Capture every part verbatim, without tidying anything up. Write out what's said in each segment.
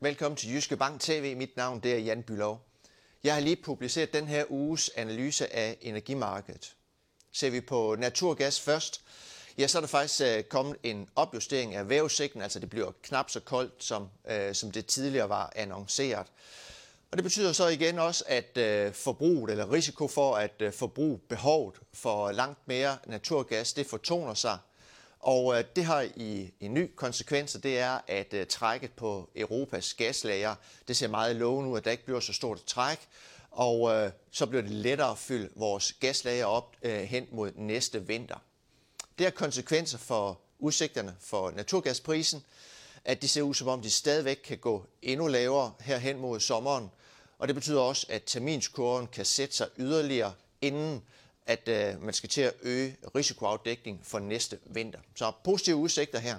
Velkommen til Jyske Bank T V. Mit navn det er Jan Bülow. Jeg har lige publiceret den her uges analyse af energimarkedet. Ser vi på naturgas først, ja, så er der faktisk kommet en opjustering af vejrudsigten, altså det bliver knap så koldt, som, øh, som det tidligere var annonceret. Og det betyder så igen også, at øh, forbruget eller risiko for, at øh, forbrug behovet for langt mere naturgas, det fortoner sig. Og øh, det har i en ny konsekvens, det er, at øh, trækket på Europas gaslager, det ser meget lovende ud, at der ikke bliver så stort træk. Og øh, så bliver det lettere at fylde vores gaslager op øh, hen mod næste vinter. Det har konsekvenser for udsigterne for naturgasprisen, at det ser ud som om de stadigvæk kan gå endnu lavere her hen mod sommeren. Og det betyder også, at terminskurven kan sætte sig yderligere, inden at øh, man skal til at øge risikoafdækning for næste vinter. Så positive udsigter her.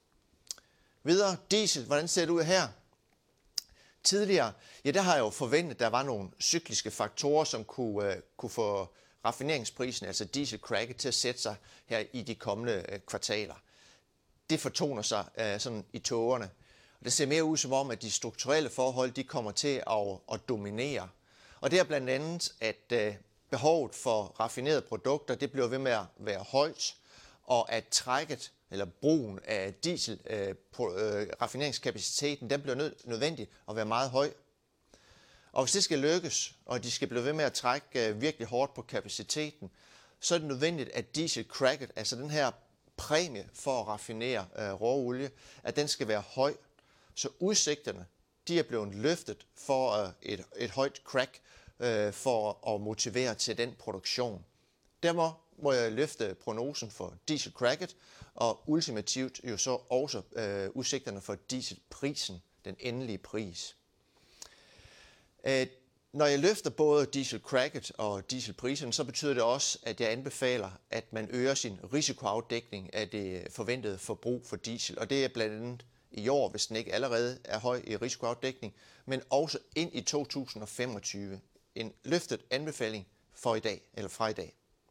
Videre, diesel, hvordan ser det ud her? Tidligere, ja, der har jeg jo forventet, at der var nogle cykliske faktorer, som kunne, øh, kunne få raffineringsprisen, altså dieselcracket, til at sætte sig her i de kommende øh, kvartaler. Det fortoner sig øh, sådan i tågerne. Og det ser mere ud som om, at de strukturelle forhold, de kommer til at, at dominere. Og det er blandt andet, at øh, behovet for raffinerede produkter, det bliver ved med at være højt, og at trækket eller brugen af diesel, øh, på, øh, raffineringskapaciteten, den bliver nød, nødvendig at være meget høj. Og hvis det skal lykkes, og de skal blive ved med at trække øh, virkelig hårdt på kapaciteten, så er det nødvendigt, at dieselcracket, altså den her præmie for at raffinere øh, råolie, at den skal være høj. Så udsigterne, de er blevet løftet for øh, et, et højt crack, øh, for at motivere til den produktion. Dermed må jeg løfte prognosen for dieselcracket, og ultimativt jo så også øh, udsigterne for dieselprisen, den endelige pris. Øh, når jeg løfter både dieselcracket og dieselprisen, så betyder det også, at jeg anbefaler, at man øger sin risikoafdækning af det forventede forbrug for diesel. Og det er blandt andet i år, hvis den ikke allerede er høj i risikoafdækning, men også ind i to tusind og femogtyve. En løftet anbefaling for i dag, eller fra i dag.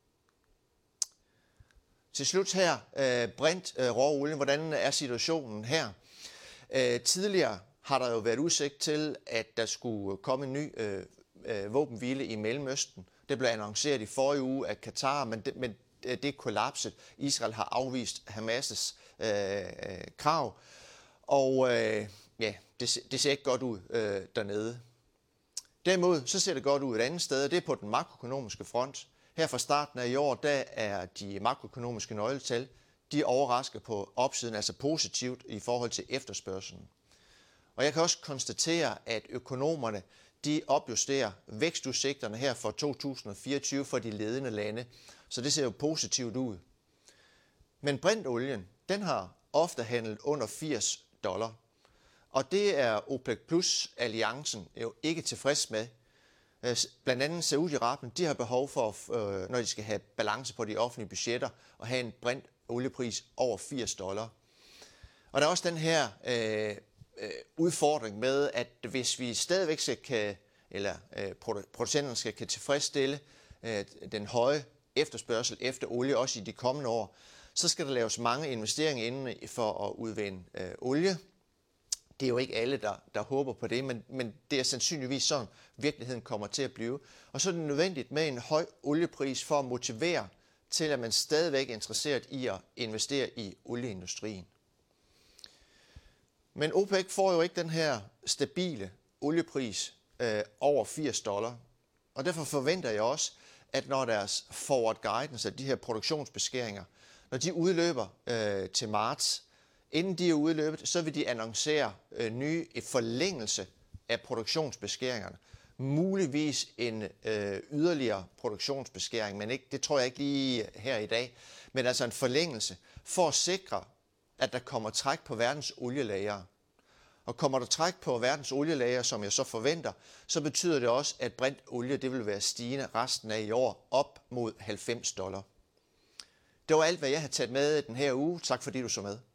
Til slut her, øh, brint øh, råolie. Hvordan er situationen her? Øh, tidligere har der jo været udsigt til, at der skulle komme en ny øh, øh, våbenhvile i Mellemøsten. Det blev annonceret i forrige uge af Katar, men det, men det er kollapset. Israel har afvist Hamas' øh, krav, og øh, ja, det, det ser ikke godt ud øh, dernede. Derimod så ser det godt ud et andet sted, og det er på den makroøkonomiske front. Her fra starten af i år, der er de makroøkonomiske nøgletal, de overrasker på opsiden, altså positivt i forhold til efterspørgselen. Og jeg kan også konstatere, at økonomerne, de opjusterer vækstudsigterne her for to tusind og fireogtyve for de ledende lande, så det ser jo positivt ud. Men brintolien, den har ofte handlet under firs dollar, og det er OPEC Plus-alliancen jo ikke tilfreds med. Blandt andet Saudi-Arabien, de har behov for, når de skal have balance på de offentlige budgetter, at have en brint oliepris over firs dollar. Og der er også den her øh, udfordring med, at hvis vi stadigvæk skal kan, eller øh, producenterne skal kan tilfredsstille øh, den høje efterspørgsel efter olie, også i de kommende år, så skal der laves mange investeringer inden for at udvinde øh, olie. Det er jo ikke alle, der, der håber på det, men, men det er sandsynligvis sådan, virkeligheden kommer til at blive. Og så er det nødvendigt med en høj oliepris for at motivere til, at man stadigvæk er interesseret i at investere i olieindustrien. Men OPEC får jo ikke den her stabile oliepris øh, over firs dollar. Og derfor forventer jeg også, at når deres forward guidance, de her produktionsbeskæringer, når de udløber øh, til marts, inden de er udløbet, så vil de annoncere øh, nye forlængelse af produktionsbeskæringerne. Muligvis en øh, yderligere produktionsbeskæring, men ikke, det tror jeg ikke lige her i dag. Men altså en forlængelse for at sikre, at der kommer træk på verdens olielager. Og kommer der træk på verdens olielager, som jeg så forventer, så betyder det også, at brintolie det vil være stigende resten af i år op mod halvfems dollar. Det var alt, hvad jeg har taget med den her uge. Tak fordi du så med.